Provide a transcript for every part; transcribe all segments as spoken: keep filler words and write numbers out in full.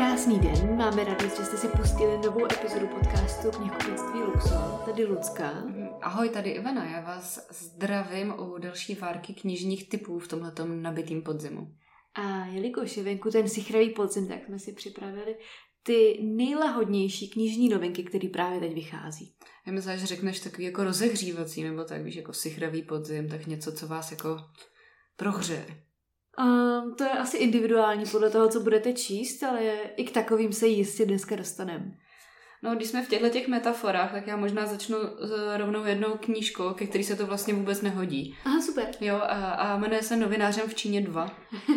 Krásný den, máme radost, že jste si pustili novou epizodu podcastu Knihkupectví Luxor, tady Lucka. Ahoj, tady Ivana, já vás zdravím u další várky knižních typů v tomhletom nabitým podzimu. A jelikož je venku ten sichravý podzim, tak jsme si připravili ty nejlahodnější knižní novinky, které právě teď vychází. Já myslím, že řekneš takový jako rozehřívací, nebo tak, víš, jako sichravý podzim, tak něco, co vás jako prohřeje. Um, to je asi individuální podle toho, co budete číst, ale i k takovým se jistě dneska dostaneme. No, když jsme v těchto těch metaforách, tak já možná začnu rovnou jednou knížkou, ke který se to vlastně vůbec nehodí. Aha, super. Jo, a, a jmenuje se Novinářem v Číně dva.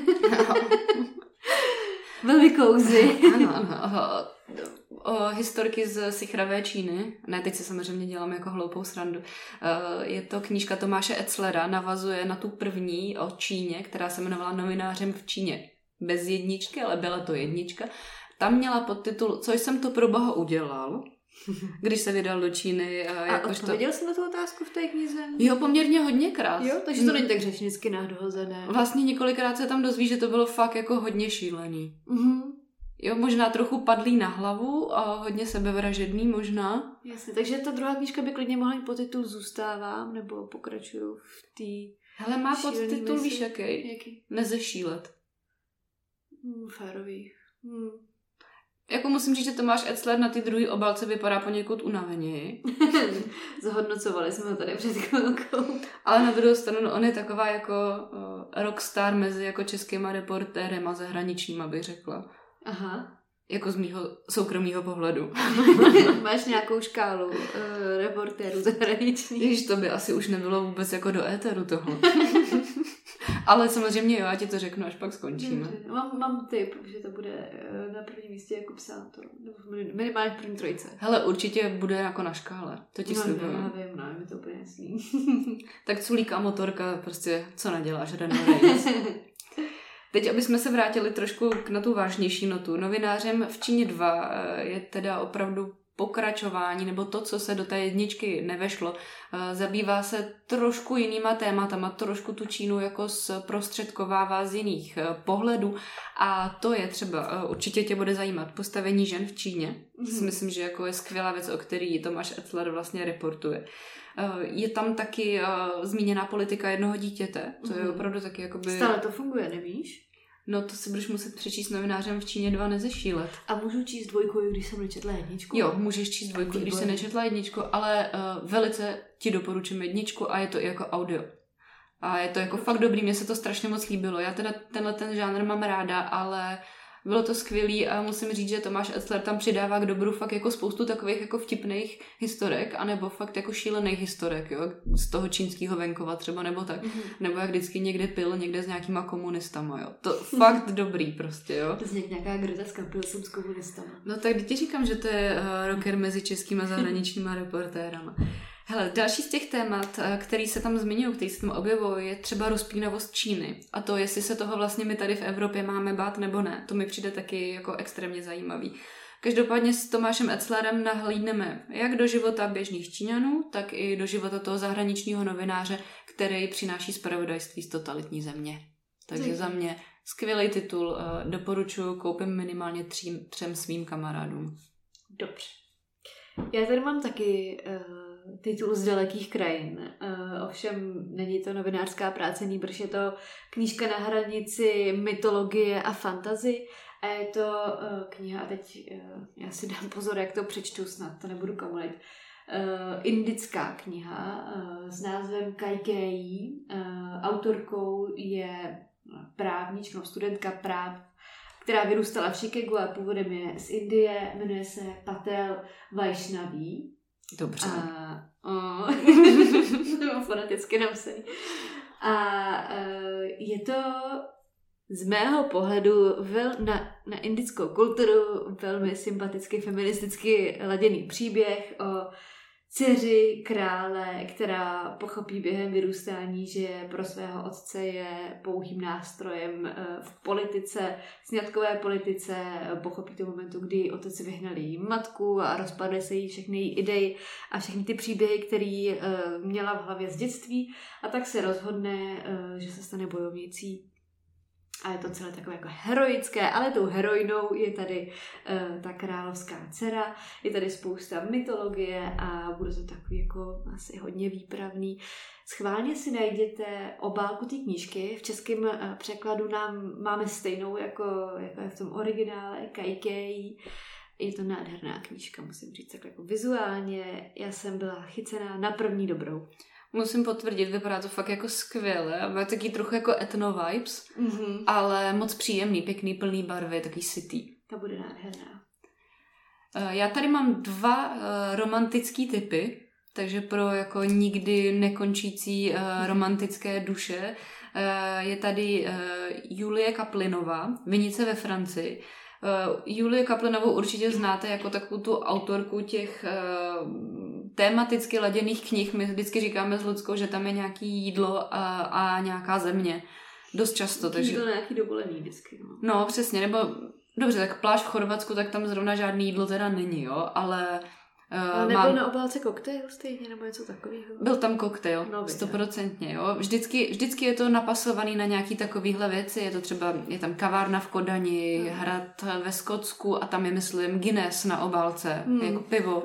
Velmi cozy. Ano, ano. O historky z sichravé Číny. Ne, teď si samozřejmě dělám jako hloupou srandu. Je to knížka Tomáše Etzlera, navazuje na tu první o Číně, která se jmenovala Novinářem v Číně. Bez jedničky, ale byla to jednička. Tam měla podtitul Co jsem to pro boha udělal, když se vydal do Číny. A odpověděl jsi na tu otázku v té knize? Jo, poměrně hodněkrát. Jo, takže to není tak řečnicky nadhozené. Vlastně několikrát se tam dozví, že to bylo fakt jako hodně šílený. Mhm. Jo, možná trochu padlý na hlavu a hodně sebevražedný možná. Jasně, takže ta druhá knížka by klidně mohla mít podtitul Zůstávám, nebo pokračuju v té Hele, má podtitul, víš jaký? Jaký? Nezešílet. Hmm, férový. Hmm. Jako musím říct, že Tomáš Etzler na ty druhý obalce vypadá poněkud unaveněji. Zhodnocovali jsme ho tady před chvilkou. Ale na druhou stranu on je taková jako uh, rockstar mezi jako českýma reportérem a zahraničníma, bych řekla. Aha. Jako z mýho soukromého pohledu. Máš nějakou škálu uh, reportérů zahraničních? Ježiš, to by asi už nebylo vůbec jako do éteru toho. Ale samozřejmě jo, já ti to řeknu, až pak skončíme. Mám, mám tip, že to bude na prvním místě jako psátor. Minimálně v první trojice. Hele, určitě bude jako na škále. To ti no, slibuju. No, já vím, no, je mi to úplně jasný. Tak culíka motorka, prostě co neděláš, Renault Reigns. Teď, aby jsme se vrátili trošku na tu vážnější notu. Novinářem v Číně dva je teda opravdu pokračování, nebo to, co se do té jedničky nevešlo. Zabývá se trošku jinýma tématama, trošku tu Čínu jako zprostředkovává z jiných pohledů a to je třeba, určitě tě bude zajímat, postavení žen v Číně. Mm-hmm. Myslím, že jako je skvělá věc, o který Tomáš Etzler vlastně reportuje. Je tam taky zmíněná politika jednoho dítěte, to je opravdu taky jakoby... Stále to funguje, nevíš? No to si budeš muset přečíst Novinářem v Číně dva nezešílet. A můžu číst dvojku, když jsem nečetla jedničku? Jo, můžeš číst dvojku, Výborný. Když jsi nečetla jedničku, ale uh, velice ti doporučím jedničku a je to i jako audio. A je to jako fakt dobrý, mně se to strašně moc líbilo. Já teda tenhle ten žánr mám ráda, ale bylo to skvělý a musím říct, že Tomáš Etzler tam přidává k dobru fakt jako spoustu takových jako vtipných historek, anebo fakt jako šílených historek, jo, z toho čínského venkova třeba, nebo tak. Mm-hmm. Nebo jak vždycky někde pil, někde s nějakýma komunistama, jo. To fakt dobrý prostě, jo. To je nějaká groteska, pil jsem s komunistama. No tak ti říkám, že to je uh, rocker mezi českými a zahraničníma reportérama. Hele, další z těch témat, který se tam zmiňují, který se tam objevují, je třeba rozpínavost Číny. A to, jestli se toho vlastně my tady v Evropě máme bát nebo ne. To mi přijde taky jako extrémně zajímavý. Každopádně s Tomášem Etzlerem nahlídneme jak do života běžných Číňanů, tak i do života toho zahraničního novináře, který přináší zpravodajství z totalitní země. Takže za mě skvělý titul, doporučuji, koupím minimálně třím, třem svým kamarádům. Dobře. Já tady mám taky... Uh... titul Z dalekých krajin. Uh, ovšem není to novinářská práce, nýbrž je to knížka na hranici mytologie a fantasy a je to uh, kniha, a teď uh, já si dám pozor, jak to přečtu, snad to nebudu komulit. Uh, indická kniha uh, s názvem Kajkéjí. Uh, autorkou je právnička, studentka práv, která vyrůstala v Chicagu a původem je z Indie, jmenuje se Patel Vaishnaví. Dobře. A, o, mám foneticky napsaný. A uh, je to z mého pohledu vel, na, na indickou kulturu velmi sympaticky, feministicky laděný příběh o dceři krále, která pochopí během vyrůstání, že pro svého otce je pouhým nástrojem v politice, sňatkové politice, pochopí to momentu, kdy otec vyhnal její matku a rozpadly se jí všechny její idei a všechny ty příběhy, které měla v hlavě z dětství, a tak se rozhodne, že se stane bojovnicí A je to celé takové jako heroické, ale tou heroinou je tady uh, ta královská dcera, je tady spousta mytologie a bude to takový jako asi hodně výpravný. Schválně si najděte obálku té knížky. V českém uh, překladu nám máme stejnou jako, jako je v tom originále, Kajkej. Je to nádherná knížka, musím říct, tak jako vizuálně. Já jsem byla chycená na první dobrou. Musím potvrdit, vypadá to fakt jako skvěle. Má taky trochu jako etno vibes, mm-hmm. ale moc příjemný, pěkný, plný barvy, takový city. Ta bude nádherná. Já tady mám dva romantický typy, takže pro jako nikdy nekončící romantické duše je tady Julie Kaplinová, Vinice ve Francii. Uh, Julie Kaplinovou určitě znáte jako takovou tu autorku těch uh, tematicky laděných knih. My vždycky říkáme s Luckou, že tam je nějaký jídlo a, a nějaká země. Dost často. Takže... Jídlo nějaký dovolený vždycky. No. no přesně, nebo dobře, tak pláž v Chorvatsku, tak tam zrovna žádný jídlo teda není, jo, ale... Uh, ale nebyl mám... na obálce koktejl stejně, nebo něco takového? Byl tam koktejl, stoprocentně, jo. Vždycky, vždycky je to napasovaný na nějaký takovýhle věci, je to třeba, je tam kavárna v Kodani, hmm. hrad ve Skotsku a tam je, myslím, Guinness na obálce, hmm. jako pivo.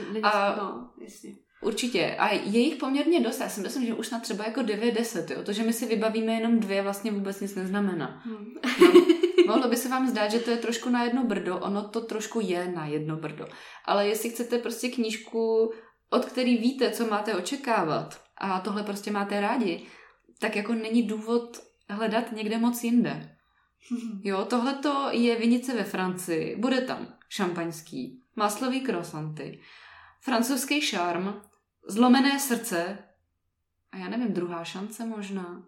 A no, jasně. Určitě. A je jich poměrně dost. Já si myslím, že už na třeba jako devět deset, jo. To, že my si vybavíme jenom dvě, vlastně vůbec nic neznamená. Hmm. No. Mohlo by se vám zdát, že to je trošku na jedno brdo, ono to trošku je na jedno brdo. Ale jestli chcete prostě knížku, od který víte, co máte očekávat a tohle prostě máte rádi, tak jako není důvod hledat někde moc jinde. Jo, tohleto je Vinice ve Francii, bude tam šampaňský, máslový croissanty, francouzský šarm, zlomené srdce a já nevím, druhá šance možná.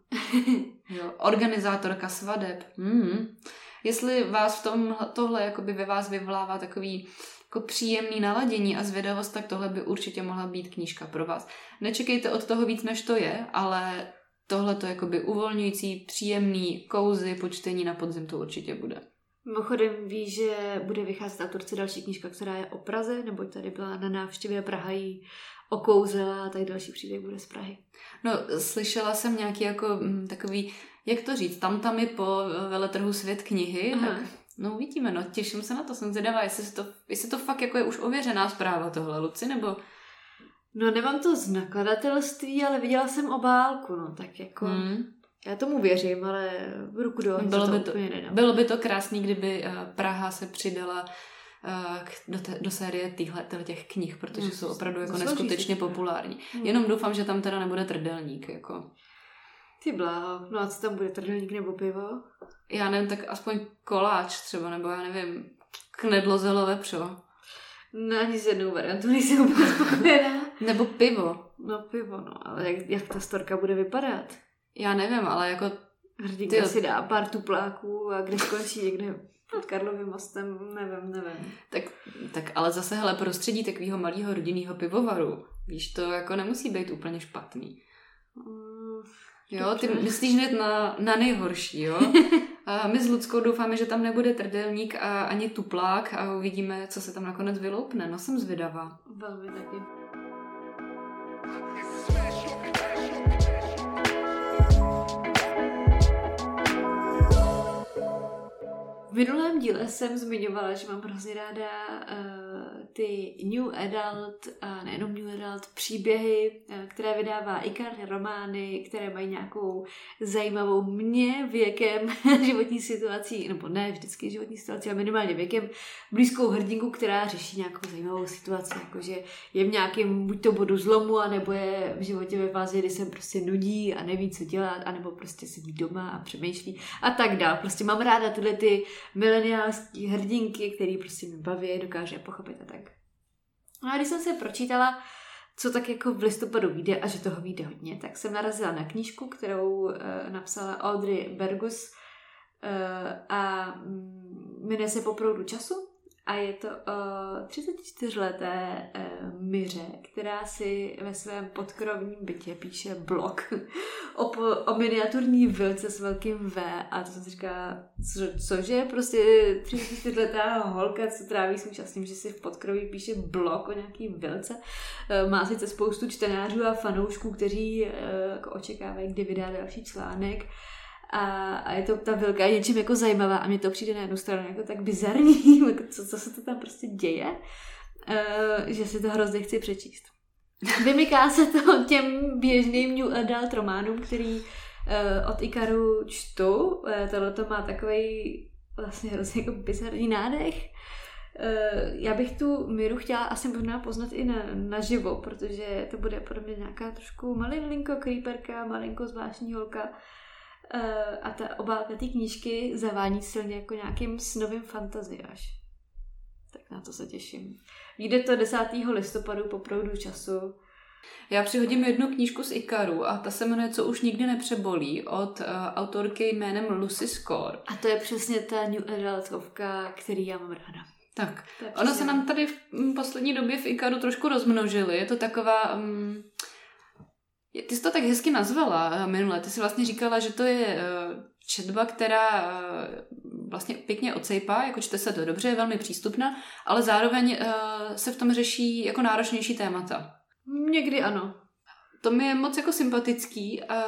Jo, organizátorka svadeb. Mm. Jestli vás v tom tohle jakoby ve vás vyvolává takový jako příjemný naladění a zvědavost, tak tohle by určitě mohla být knížka pro vás. Nečekejte od toho víc, než to je, ale tohle to jakoby uvolňující, příjemný kouzy po čtení na podzim to určitě bude. Mimochodem víš, že bude vycházet autorce další knížka, která je o Praze, nebo tady byla na návštěvě, Praha jí okouzela a tady další příběh bude z Prahy. No, slyšela jsem nějaký jako m, takový, jak to říct, tam tam je po veletrhu Svět knihy, Aha. tak no uvidíme, no, těším se na to, jsem zvědavá, jestli to, jestli to fakt jako je už ověřená zpráva tohle, Luci, nebo... No, nemám to z nakladatelství, ale viděla jsem obálku, no, tak jako... Hmm. Já tomu věřím, ale v ruku do bylo to by to, úplně nedám. Bylo by to krásný, kdyby Praha se přidala do, te, do série týhle, těch knih, protože no, jsou opravdu jako neskutečně populární. Hmm. Jenom doufám, že tam teda nebude trdelník, jako... Ty bláho, no a co tam bude, trdelník nebo pivo? Já nevím, tak aspoň koláč třeba, nebo já nevím, knedlo zelo vepřo. No ani z jednou variantu nejsem úplně spokojená. Nebo pivo. No pivo, no, ale jak, jak ta storka bude vypadat? Já nevím, ale jako... Hrdinka ty... si dá pár tupláků a kde skončí někde pod Karlovým mostem, nevím, nevím. Tak, tak ale zase, hele, prostředí takového malého rodinného pivovaru, víš, to jako nemusí být úplně špatný. Mm, jo, ty myslíš hned na, na nejhorší, jo? A my s Luckou doufáme, že tam nebude trdelník a ani tuplák a uvidíme, co se tam nakonec vyloupne. No, jsem zvědavá. Velmi taky. V minulém díle jsem zmiňovala, že mám hrozně ráda uh, ty New Adult, a nejenom New Adult, příběhy, uh, které vydává Ikar, romány, které mají nějakou zajímavou mě věkem životní situací, nebo ne vždycky životní situací, ale minimálně věkem blízkou hrdinku, která řeší nějakou zajímavou situaci, jakože je v nějakém buď to bodu zlomu, anebo je v životě ve fázi, kdy se prostě nudí a neví, co dělat, anebo prostě sedí doma a přemýšlí a tak dál. Prostě mám ráda tyhle ty mileniálský hrdinky, který prostě mě baví, dokáže pochopit a tak. No a když jsem se pročítala, co tak jako v listopadu vyjde a že toho vyjde hodně, tak jsem narazila na knížku, kterou uh, napsala Audrey Bergus uh, a um, jmenuje se Po proudu času a je to o třicetičtyřleté uh, Myře, která si ve svém podkrovním bytě píše blog o, o miniaturní vilce s velkým V a to jsem si říkala, co, cože prostě třicetičtyřletá holka, co tráví svůj čas tím, že si v podkroví píše blog o nějaký vilce. Uh, má sice spoustu čtenářů a fanoušků, kteří uh, jako očekávají, kdy vydá další článek. A, a je to ta Vilka je něčím jako zajímavá a mně to přijde na jednu stranu jako tak bizarní, co, co se to tam prostě děje, uh, že si to hrozně chci přečíst. Vymyká se to těm běžným New Adult románům, který uh, od Ikaru čtu. Uh, tohle to má takový vlastně hrozně jako bizarní nádech. Uh, já bych tu Miru chtěla asi možná poznat i na, naživo, protože to bude podle mě nějaká trošku malinko creeperka, malinko zvláštní holka. Uh, a ta obálka té knížky zavání silně jako nějakým snovým fantasy až. Tak na to se těším. Vyjde to desátého listopadu po proudu času. Já přihodím jednu knížku z Ikaru a ta se jmenuje Co už nikdy nepřebolí od uh, autorky jménem Lucy Score. A to je přesně ta New Adultovka, který já mám ráda. Tak, ono se nám tady v poslední době v Ikaru trošku rozmnožily. Je to taková... Um, ty jsi to tak hezky nazvala minule. Ty jsi vlastně říkala, že to je uh, četba, která uh, vlastně pěkně odsejpá, jako čte se to dobře, je velmi přístupná, ale zároveň uh, se v tom řeší jako náročnější témata. Někdy ano. To mi je moc jako sympatický a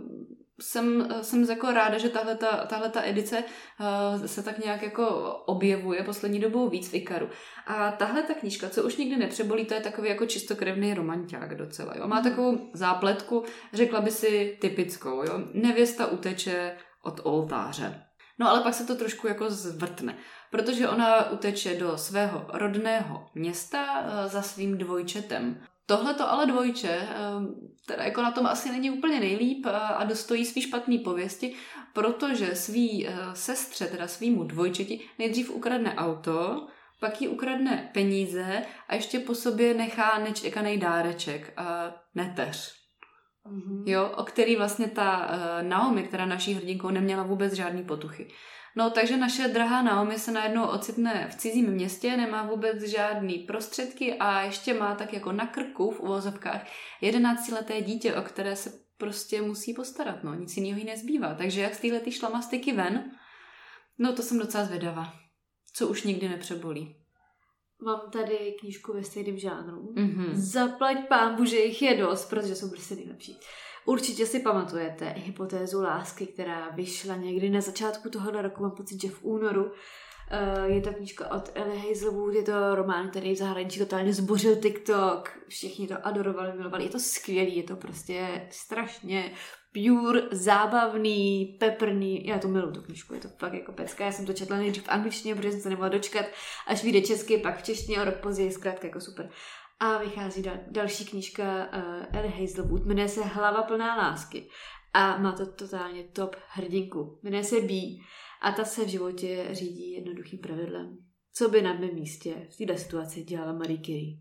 jsem, jsem jako ráda, že tahleta, tahleta edice uh, se tak nějak jako objevuje poslední dobou víc v Ikaru. A tahle ta knížka, Co už nikdy nepřebolí, to je takový jako čistokrevný romanťák docela. Jo? Má takovou zápletku, řekla by si typickou. Jo? Nevěsta uteče od oltáře. No ale pak se to trošku jako zvrtne, protože ona uteče do svého rodného města uh, za svým dvojčetem. Tohle to ale dvojče, teda jako na tom asi není úplně nejlíp a dostojí svý špatný pověsti, protože svý sestře, teda svýmu dvojčeti, nejdřív ukradne auto, pak jí ukradne peníze a ještě po sobě nechá nečekaný dáreček, neteř. Mm-hmm. Jo, o který vlastně ta Naomi, která naší hrdinkou, neměla vůbec žádný potuchy. No, takže naše drahá Naomi se najednou ocitne v cizím městě, nemá vůbec žádný prostředky a ještě má tak jako na krku v uvozovkách jedenáctileté dítě, o které se prostě musí postarat, no, nic jiného jí nezbývá. Takže jak z téhletý šlamastyky ven, no to jsem docela zvědavá. Co už nikdy nepřebolí. Mám tady knížku ve stejném žánru. Mm-hmm. Zaplať pánbu, že jich je dost, protože jsou prostě nejlepší. Určitě si pamatujete Hypotézu lásky, která vyšla někdy na začátku tohoto roku, mám pocit, že v únoru. Je to knížka od Ellie Hazelwood, je to román, který v zahraničí totálně zbořil TikTok, všichni to adorovali, milovali, je to skvělý, je to prostě strašně pure, zábavný, peprný, já to miluji tu knížku, je to fakt jako pecka, já jsem to četla nejdřív v angličtině, protože jsem se nemohla dočkat, až vyjde česky, pak v češtině a rok později, zkrátka jako super. A vychází dal, další knížka uh, Ellie Hazelwood, jmenuje se Hlava plná lásky a má to totálně top hrdinku, jmenuje se Bee a ta se v životě řídí jednoduchým pravidlem. Co by na mém místě v této situaci dělala Marie Curie?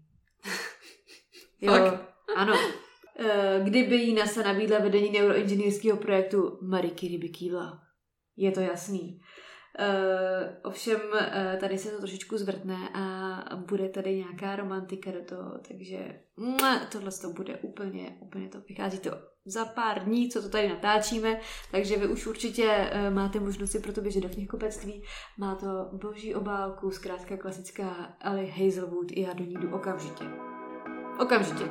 Jo, ano. Uh, kdyby jí NASA nabídla vedení neuroinženýrského projektu, Marie Curie by kývla. Je to jasný. Uh, ovšem uh, tady se to trošičku zvrtne a bude tady nějaká romantika do toho, takže mua, tohle to bude úplně, úplně to. Vychází to za pár dní, co to tady natáčíme, takže vy už určitě uh, máte možnost si pro to běžet do knihkupectví. Má to boží obálku, zkrátka klasická Ellie Hazelwood, i já do ní jdu okamžitě. Okamžitě.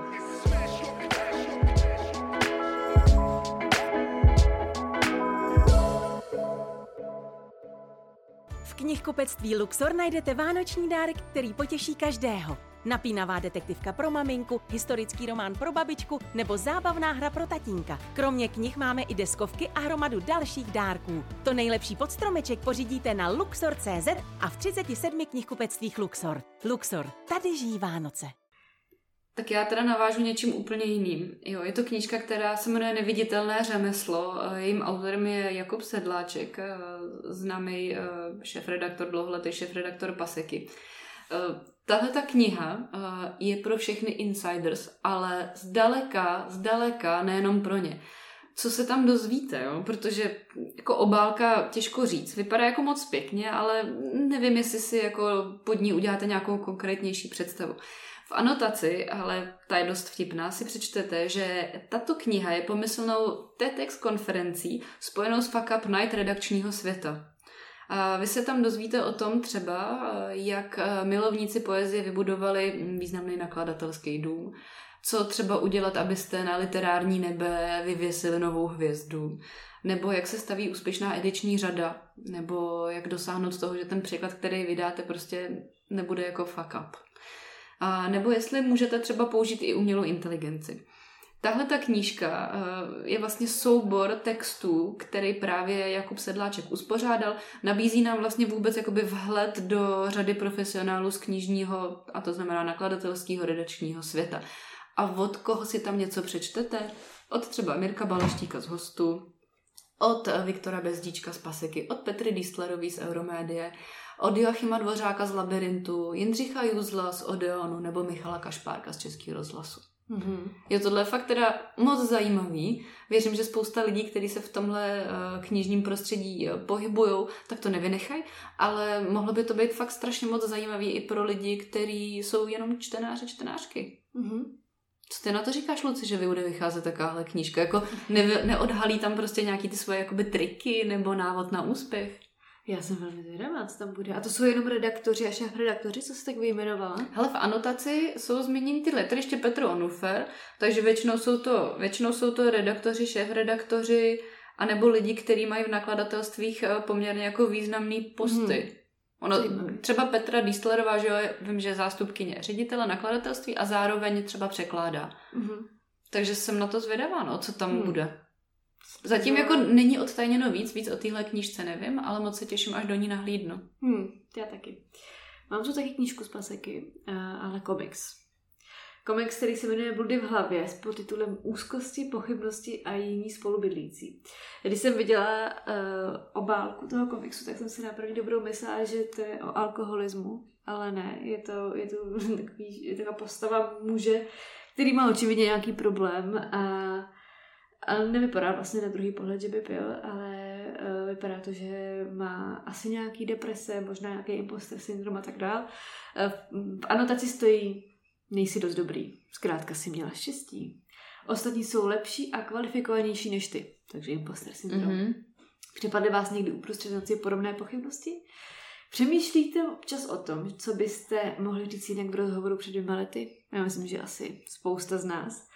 V knihkupectví Luxor najdete vánoční dárek, který potěší každého. Napínavá detektivka pro maminku, historický román pro babičku nebo zábavná hra pro tatínka. Kromě knih máme i deskovky a hromadu dalších dárků. To nejlepší pod stromeček pořídíte na luxor tečka cé zet a v třiceti sedmi knihkupectvích Luxor. Luxor, tady žijí Vánoce. Tak já teda navážu něčím úplně jiným. Jo, je to knížka, která se jmenuje Neviditelné řemeslo. Jejím autorem je Jakub Sedláček, známý šéfredaktor, dlouholetý šéfredaktor Paseky. Tahle ta kniha je pro všechny insiders, ale zdaleka, zdaleka nejenom pro ně. Co se tam dozvíte, jo? Protože jako obálka těžko říct. Vypadá jako moc pěkně, ale nevím, jestli si jako pod ní uděláte nějakou konkrétnější představu. V anotaci, ale ta je dost vtipná, si přečtete, že tato kniha je pomyslnou TEDx konferencí spojenou s Fuck Up Night redakčního světa. A vy se tam dozvíte o tom třeba, jak milovníci poezie vybudovali významný nakladatelský dům, co třeba udělat, abyste na literární nebe vyvěsili novou hvězdu, nebo jak se staví úspěšná ediční řada, nebo jak dosáhnout toho, že ten překlad, který vydáte, prostě nebude jako fuck up. A nebo jestli můžete třeba použít i umělou inteligenci. Tahle ta knížka je vlastně soubor textů, který právě Jakub Sedláček uspořádal. Nabízí nám vlastně vůbec jakoby vhled do řady profesionálů z knižního, a to znamená nakladatelského redakčního světa. A od koho si tam něco přečtete? Od třeba Mirka Baleštíka z Hostu, od Viktora Bezdíčka z Paseky, od Petry Distlerový z Euromédie, od Joachima Dvořáka z Labyrintu, Jindřicha Juzla z Odeonu nebo Michala Kašpárka z Českého rozhlasu. Mm-hmm. Je tohle fakt teda moc zajímavý. Věřím, že spousta lidí, kteří se v tomhle uh, knižním prostředí uh, pohybujou, tak to nevynechají, ale mohlo by to být fakt strašně moc zajímavý i pro lidi, kteří jsou jenom čtenáři, čtenářky. Mm-hmm. Co ty na to říkáš, Luci, že bude vycházet takováhle knížka? Jako ne, neodhalí tam prostě nějaký ty svoje jakoby triky nebo návod na úspěch? Já jsem velmi zvědavá, co tam bude. A to jsou jenom redaktoři a šéfredaktoři, co jsi tak vyjmenovala? Hele, v anotaci jsou zmíněni ty letry ještě Petr Onufer, takže většinou jsou to, většinou jsou to redaktoři, šéfredaktoři, anebo lidi, kteří mají v nakladatelstvích poměrně jako významný posty. Hmm. Ono, třeba Petra Distlerová, že jo, vím, že je zástupkyně ředitele nakladatelství a zároveň třeba překládá. Hmm. Takže jsem na to zvědavá, no, co tam hmm. bude. Zatím jako není odtajněno víc, víc o téhle knížce nevím, ale moc se těším, až do ní nahlídnu. Hmm, já taky. Mám tu taky knížku z Paseky, ale komiks. Komiks, který se jmenuje Bludy v hlavě s podtitulem Úzkosti, pochybnosti a jiní spolubydlící. Když jsem viděla uh, obálku toho komiksu, tak jsem si na první dobrou myslela, že to je o alkoholismu, ale ne, je to, je to takový, je taková postava muže, který má očividně nějaký problém a Ale nevypadá vlastně na druhý pohled, že by pil, ale uh, vypadá to, že má asi nějaký deprese, možná nějaký imposter syndrom a tak dál. Uh, v anotaci stojí nejsi dost dobrý, zkrátka si měla štěstí. Ostatní jsou lepší a kvalifikovanější než ty, takže imposter syndrom. Mm-hmm. Přepadly vás někdy uprostřed noci podobné pochybnosti? Přemýšlíte občas o tom, co byste mohli říct jinak v rozhovoru před dvěma lety? Já myslím, že asi spousta z nás.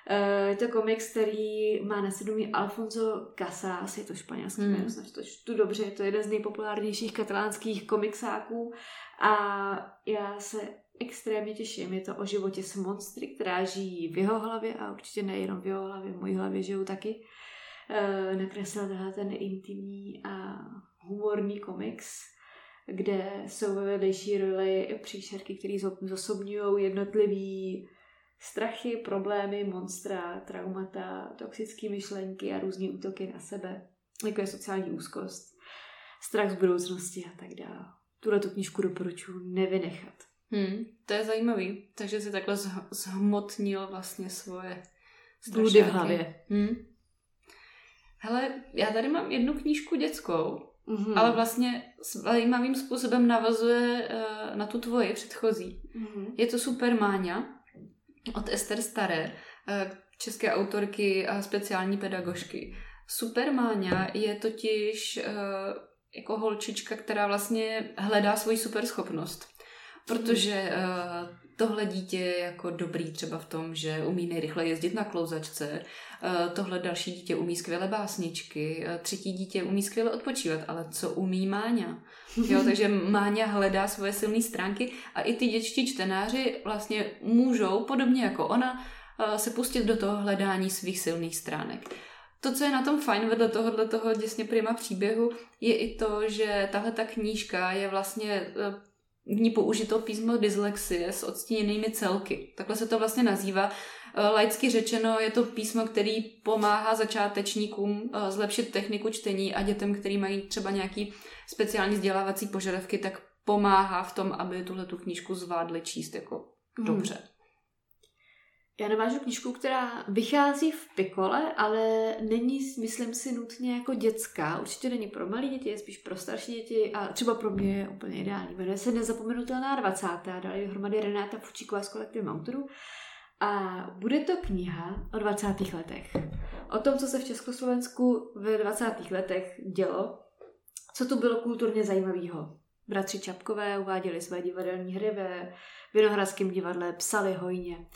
Je to komiks, který má na svědomí Alfonso Casas, je to španělský jméno, hmm. snad to čtu dobře, je to jeden z nejpopulárnějších katalánských komiksáků a já se extrémně těším. Je to o životě s monstry, která žijí v jeho hlavě a určitě nejenom v jeho hlavě, v mojí hlavě žijou taky. Nakreslil tenhle ten intimní a humorný komiks, kde jsou ve vedlejší roli příšerky, které zosobňují jednotlivý strachy, problémy, monstra, traumata, toxické myšlenky a různý útoky na sebe, jako je sociální úzkost, strach z budoucnosti a tak dále. Tuhle tu knížku doporučuji nevynechat. Hmm, to je zajímavý. Takže si takhle zhmotnil vlastně svoje bludy v hlavě. Hmm. Hele, já tady mám jednu knížku dětskou, mm-hmm. ale vlastně zajímavým způsobem navazuje uh, na tu tvoji předchozí. Mm-hmm. Je to Supermáňa od Ester Staré, české autorky a speciální pedagožky. Supermáňa je totiž jako holčička, která vlastně hledá svoji superschopnost. Protože tohle dítě je jako dobrý třeba v tom, že umí nejrychleji jezdit na klouzačce, tohle další dítě umí skvěle básničky, třetí dítě umí skvěle odpočívat, ale co umí Máňa? Jo, takže Máňa hledá svoje silné stránky a i ty dětští čtenáři vlastně můžou, podobně jako ona, se pustit do toho hledání svých silných stránek. To, co je na tom fajn vedle tohohle toho děsně prima příběhu, je i to, že tahle ta knížka je vlastně v ní použito písmo dyslexie s odstíněnými celky. Takhle se to vlastně nazývá. Laicky řečeno je to písmo, který pomáhá začátečníkům zlepšit techniku čtení a dětem, který mají třeba nějaký speciální vzdělávací požadavky, tak pomáhá v tom, aby tuhletu knížku zvládli číst jako hmm. dobře. Já navážu knížku, která vychází v pikole, ale není, myslím si, nutně jako dětská. Určitě není pro malé děti, je spíš pro starší děti a třeba pro mě je úplně ideální. Jmenuje se Nezapomenutelná dvacátá Dali dohromady Renáta Fučíková s kolektivem autorů. A bude to kniha o dvacátých letech. O tom, co se v Československu ve dvacátých letech dělo, co tu bylo kulturně zajímavého. Bratři Čapkové uváděli své divadelní hry ve Vinohradském divadle, psali hojně.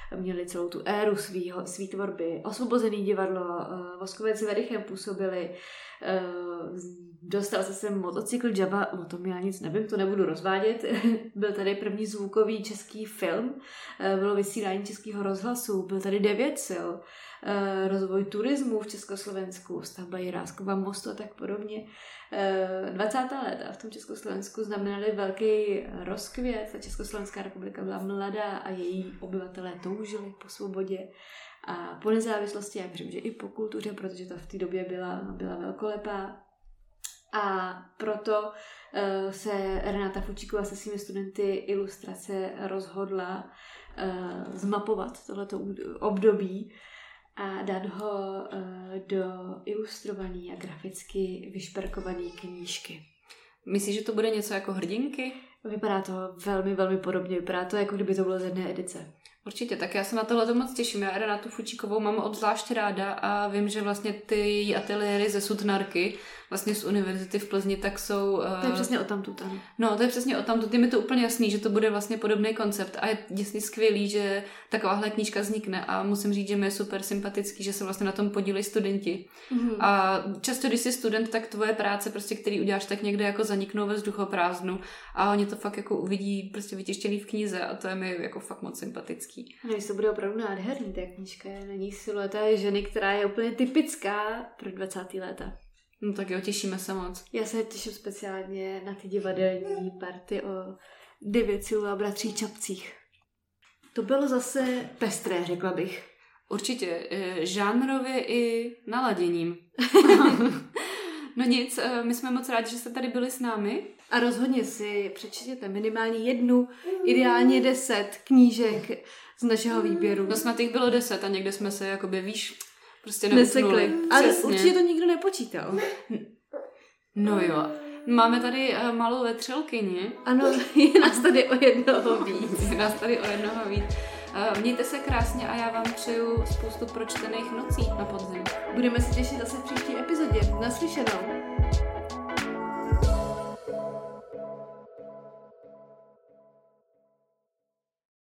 měli celou tu éru svýho, svý tvorby. Osvobozený divadlo, Voskovec s Verichem působili, dostal se sem motocykl Jabba, o tom já nic nevím, to nebudu rozvádět. Byl tady první zvukový český film, bylo vysílání Českého rozhlasu, byl tady Devět sil, rozvoj turismu v Československu, stavba Jiráskova mostu a tak podobně. dvacátá léta v tom Československu znamenaly velký rozkvět. Ta Československá republika byla mladá a její obyvatelé toužili po svobodě a po nezávislosti, já věřím, že i po kultuře, protože ta v té době byla, byla velkolepá. A proto uh, se Renáta Fučíková se svými studenty ilustrace rozhodla uh, zmapovat tohleto období a dát ho uh, do ilustrované a graficky vyšperkované knížky. Myslíš, že to bude něco jako Hrdinky? Vypadá to velmi, velmi podobně. Vypadá to, jako kdyby to bylo z jedné edice. Určitě, tak já se na tohle moc těším. Já Renátu Fučíkovou mám obzvlášť ráda a vím, že vlastně ty její ateliéry ze Sutnarky, vlastně z univerzity v Plzni, tak jsou... Uh... To je přesně odtamtud, ano. No, to je přesně odtamtud. Je mi to úplně jasný, že to bude vlastně podobný koncept a je děsně skvělý, že takováhle knížka vznikne a musím říct, že mi je super sympatický, že se vlastně na tom podílejí studenti. Mm-hmm. A často, když jsi student, tak tvoje práce, prostě, který uděláš, tak někde jako zaniknou ve vzduchoprázdnu a oni to fakt jako uvidí prostě vytištěný v knize a to je mi jako fakt moc sympatický. No, to bude opravdu nádherný, ta knížka je na ní silueta ženy, která je úplně typická pro dvacátá léta. No tak jo, těšíme se moc. Já se těším speciálně na ty divadelní party o Devět sil a bratří Čapcích. To bylo zase pestré, řekla bych. Určitě, žánrově i naladěním. No nic, my jsme moc rádi, že jste tady byli s námi. A rozhodně si přečtěte minimálně jednu, ideálně deset knížek z našeho výběru. No snad jich bylo deset a někde jsme se jakoby, víš, prostě nesekli. Ale určitě to nikdo nepočítal. No jo. Máme tady uh, malou vetřelkyni. Ano, je nás tady o jednoho víc. Je nás tady o jednoho víc. Uh, mějte se krásně a já vám přeju spoustu pročtených nocí na podzim. Budeme se těšit zase v příští epizodě. Naslyšenou.